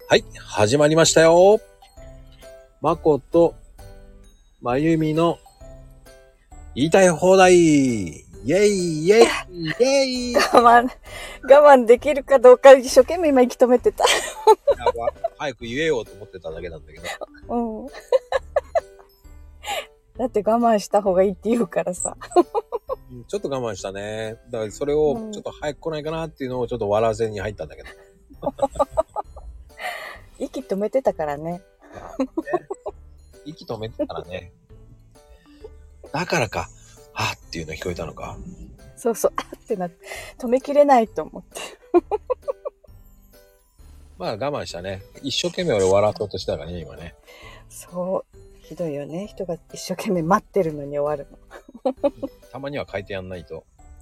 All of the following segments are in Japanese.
はい、始まりましたよ。まことまゆみの言いたい放題。イェイイェイイェイ。 我慢できるかどうか一生懸命今息止めてた。 早く言えようと思ってただけなんだけど。 うん。だって我慢した方がいいって言うからさ。 ちょっと我慢したね。だからそれをちょっと早く来ないかなっていうのをちょっと笑わせに入ったんだけど。 息止めてたからね。 息止めてたらね。だからか。あっていうの聞こえたのか。 そうそう。あってなって止めきれないと思って。 まあ我慢したね。一生懸命俺笑おうとしたからね、今ね。 そう。ひどいよね。人が一生懸命待ってるのに終わるの。 たまには変えてやんないと。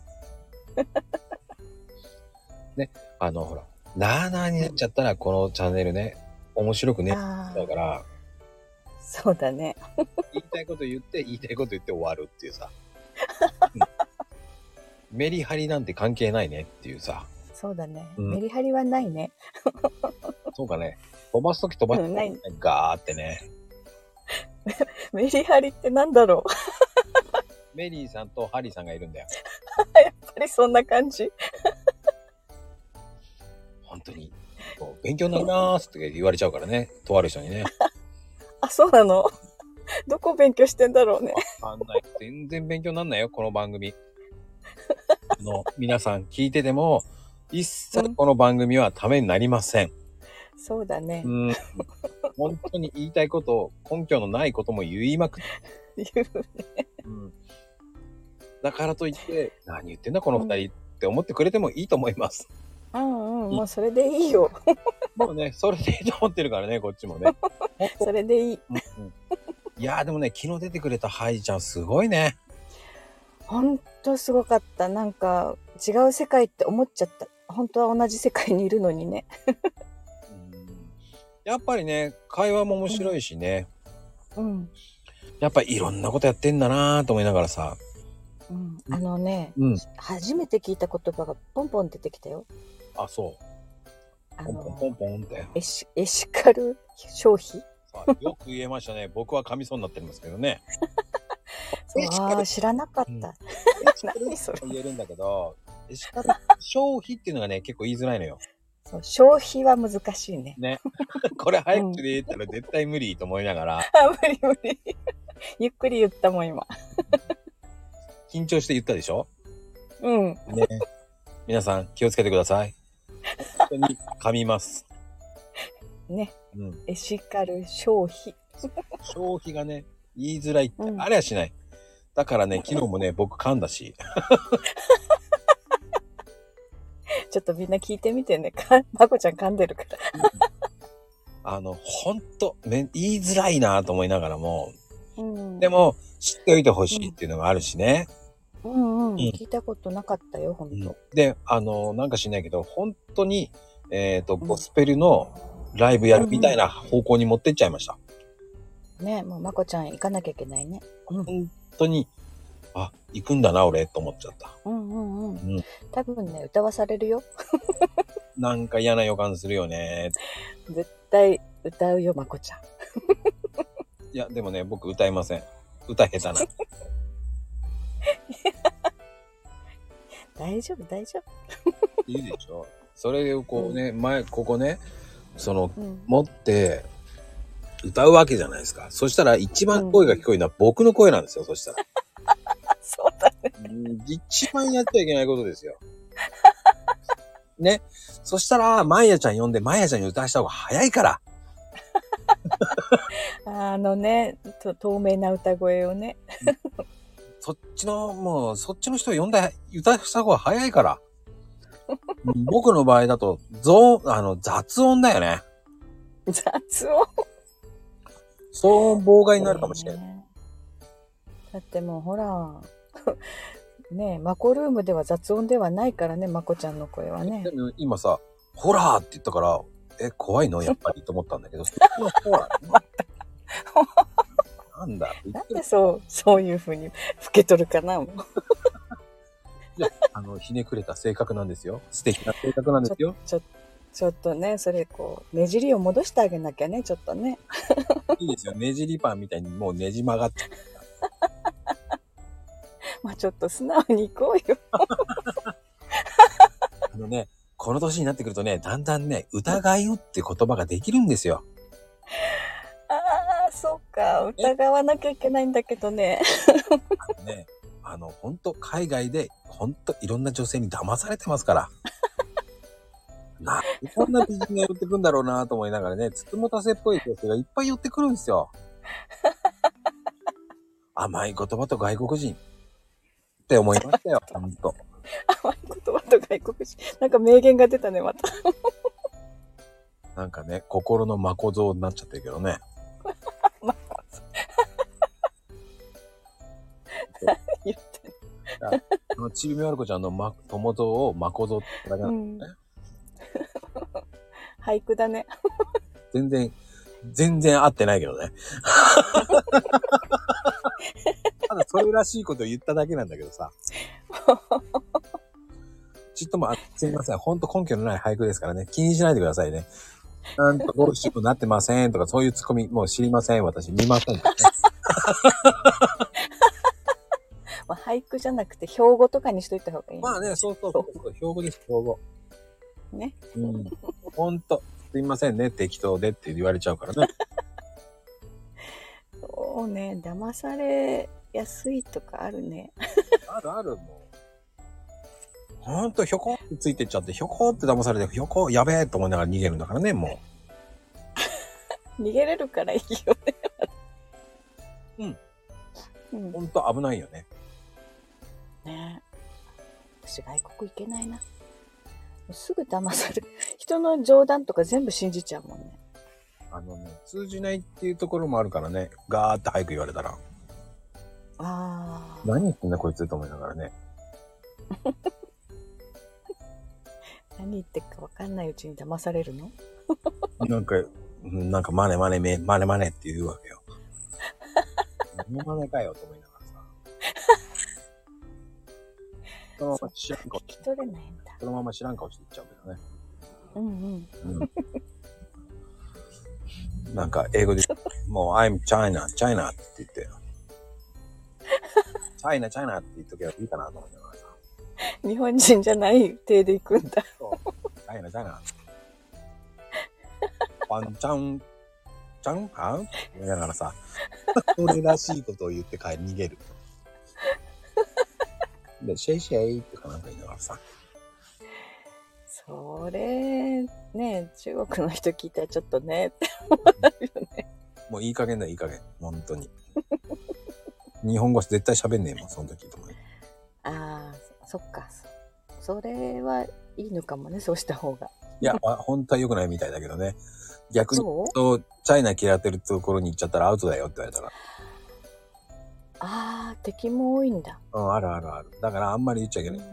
ね、ほら、なあなあになっちゃったらこのチャンネルね、面白くね、だから。 そうだね。 言いたいこと言って終わるっていうさ。メリハリなんて関係ないねっていうさ。 そうだね。メリハリはないね。 そうかね。飛ばすとき飛ばすときガーってね。 メリハリってなんだろう。 メリーさんとハリーさんがいるんだよ。 やっぱりそんな感じ。 本当に。勉強になりますって言われちゃうからね。とある人にね。 あ、そうなの？どこ勉強してんだろうね。 わかんない。全然勉強になんないよ、この番組。皆さん聞いてても、一切この番組はためになりません。 そうだね。 本当に言いたいことを、根拠のないことも言いまくって。 言うね。 だからといって、何言ってんだこの二人って思ってくれてもいいと思います。 もうそれでいいよ。 もうね、それでいいと思ってるからね、こっちもね。 それでいい。 いやーでもね、昨日出てくれたハイちゃんすごいね。 ほんとすごかった。なんか違う世界って思っちゃった。本当は同じ世界にいるのにね。 やっぱりね、会話も面白いしね。やっぱりいろんなことやってんだなーと思いながらさ。 初めて聞いた言葉がポンポン出てきたよ。 あ、そう。ポンポンポンポンって。 エシカル消費。 よく言えましたね。僕は噛みそうになってますけどね。 知らなかった。 何それ言えるんだけど、エシカル消費っていうのがね、結構言いづらいのよ。 そう、消費は難しいね。 ね。これ早口で言ったら絶対無理と思いながら。 無理。ゆっくり言ったもん、今。 緊張して言ったでしょ？ ね。 皆さん気をつけてください。本当に噛みます。 ね。エシカル消費。 消費がね、言いづらいって、あれはしない。だからね、昨日もね、僕噛んだし。 ちょっとみんな聞いてみてね。まこちゃん噛んでるから。 ほんと、言いづらいなと思いながらも、でも、知っておいてほしいっていうのがあるしね。 聞いたことなかったよ、ほんと。 で、なんか知んないけど、本当に、ゴスペルのライブやるみたいな方向に持ってっちゃいました。 ね、もうまこちゃん行かなきゃいけないね。 本当に、行くんだな、俺、と思っちゃった。 多分ね、歌わされるよ。 なんか嫌な予感するよね。 絶対歌うよ、まこちゃん。 いや、でもね、僕歌いません。歌下手な。 大丈夫。 いいでしょ。それをこうね、ここね、持って、歌うわけじゃないですか。そしたら一番声が聞こえるのは僕の声なんですよ、そしたら。 そうだね。 一番やっちゃいけないことですよ。ね。そしたら、まいやちゃん呼んで、まいやちゃんに歌わした方が早いから。 透明な歌声をね。 そっちの人を呼んで、歌わした方が早いから。僕の場合だと、雑音だよね。 雑音？ 騒音妨害になるかもしれない。 だってもうほら、ねえ、マコルームでは雑音ではないからね、まこちゃんの声はね。 でも今さ、ホラーって言ったから、怖いのやっぱりと思ったんだけど、ホラーなんだ。 なんでそういう風に受け取るかな、もう。 いや、ひねくれた性格なんですよ。素敵な性格なんですよ。 ちょちょっとね、それこう、ねじりを戻してあげなきゃね、ちょっとね。 いいですよ。ねじりパンみたいにもうねじ曲がっちゃう。 まあちょっと素直に行こうよ。 この年になってくるとね、だんだんね、疑いをって言葉ができるんですよ。 ああ、そうか。疑わなきゃいけないんだけどね。 ね、ほんと海外で、ほんといろんな女性に騙されてますから。なんでこんな美人が寄ってくんだろうなと思いながらね、つつもたせっぽい女性がいっぱい寄ってくるんですよ。甘い言葉と外国人って思いましたよ、ほんと。 甘い言葉と外国人。なんか名言が出たね、また。 なんかね、心のまこ像になっちゃってるけどね。 言ってんちびみわる子ちゃんの友像をまこ像ってだけなんだよね。 俳句だね。 全然合ってないけどね。ただそれらしいことを言っただけなんだけどさ。ちっとも、すいません。ほんと根拠のない俳句ですからね。気にしないでくださいね。なんとゴールシップになってませんとか、そういうツッコミ、もう知りません。私見ません、ね。 まあ、俳句じゃなくて標語とかにしといた方がいい。 まあね、そう。標語です、標語。 ね。 ほんと、すいませんね。適当でって言われちゃうからね。 そうね、騙されやすいとかあるね。 ある、もう。ほんと、ひょこってついてっちゃって、ひょこって騙されて、ひょこ、やべえと思いながら逃げるんだからね、もう。逃げれるからいいよね。ほんと危ないよね。 ねえ。私外国行けないな。すぐ騙される。人の冗談とか全部信じちゃうもんね。 通じないっていうところもあるからね。ガーって早く言われたら。何言ってんだこいつと思いながらね。 何言ってるか分かんないうちに騙されるの？ なんかマネって言うわけよ。マネかよと思いながらさ。そのまま知らん顔して。 人でないんだ。 そのまま知らん顔して言っちゃうけどね。なんか英語で、もう I'm China って言って。China って言っとけばいいかなと思ってます。 日本人じゃない体で行くんだ。 そう。China。パンチャンパン言いながらさ、それらしいことを言って逃げる。で、シェイシェイとかなんか言いながらさ。 それ、ね、中国の人聞いたらちょっとね、って思うよね。 もういい加減。本当に。日本語絶対喋んねえもん、その時と思う。 ああ、そっか。それはいいのかもね、そうした方が。 いや、本当は良くないみたいだけどね。逆にと、チャイナ嫌ってるところに行っちゃったらアウトだよって言われたから。 ああ、敵も多いんだ。 ある。だからあんまり言っちゃいけない。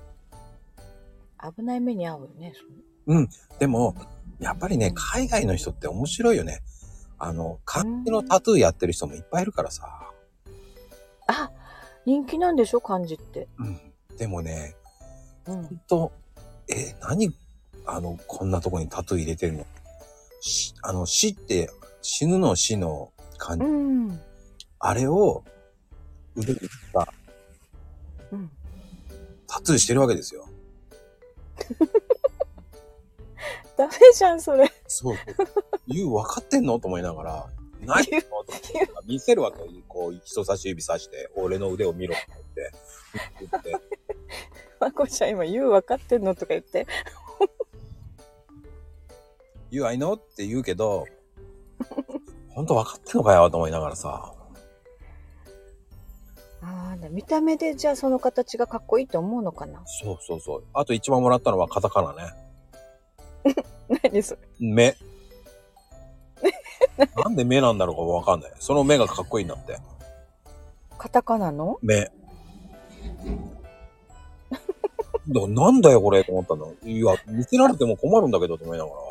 危ない目に遭うよね。 でも、やっぱりね、海外の人って面白いよね。漢字のタトゥーやってる人もいっぱいいるからさ。 あ、人気なんでしょ、漢字って。 でもね、ほんと、何、こんなとこにタトゥー入れてるの？死って、死ぬの死の漢字。あれを、腕にしたタトゥーしてるわけですよ。 ダメじゃん、それ。 そう。分かってんのと思いながら、何のと見せるわけよ。こう、人差し指さして、俺の腕を見ろって言って。 まこちゃん今、分かってんのとか言って。 I know って言うけど、ほんと分かってんのかよと思いながらさ。 見た目でじゃあその形がかっこいいと思うのかな？ そう。あと一番もらったのはカタカナね。 何それ？ 目。なんで目なんだろうかわかんない。その目がかっこいいんだって。 カタカナの？ 目。なんだよこれと思ったの。いや、見せられても困るんだけどと思いながら。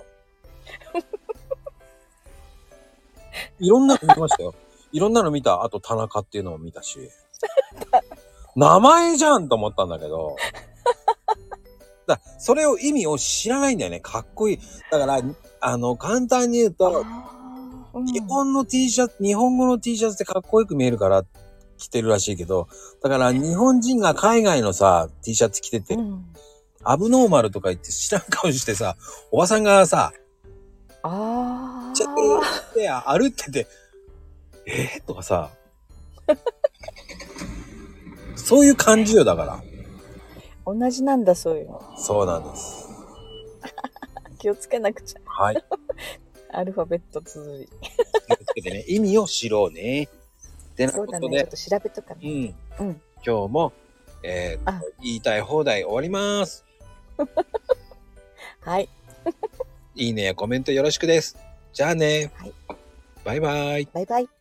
いろんなの見ましたよ。いろんなの見た。あと田中っていうのを見たし。名前じゃんと思ったんだけど。 それを意味を知らないんだよね。かっこいい。だから、簡単に言うと、日本語の T シャツってかっこよく見えるから着てるらしいけど、だから日本人が海外のさ、T シャツ着てて、アブノーマルとか言って知らん顔してさ、おばさんがさ、ちょっと歩ってて、とかさ、そういう感じよ、だから。 同じなんだ、そういうの。 そうなんです。 気をつけなくちゃ。 はい。 アルファベット綴り。 気をつけてね、意味を知ろうね。ってなことで。そうだね、 ちょっと調べとかね。 今日も、言いたい放題終わります。 はい。 いいねやコメントよろしくです。じゃあね。 はい。 バイバイ。 バイバイ。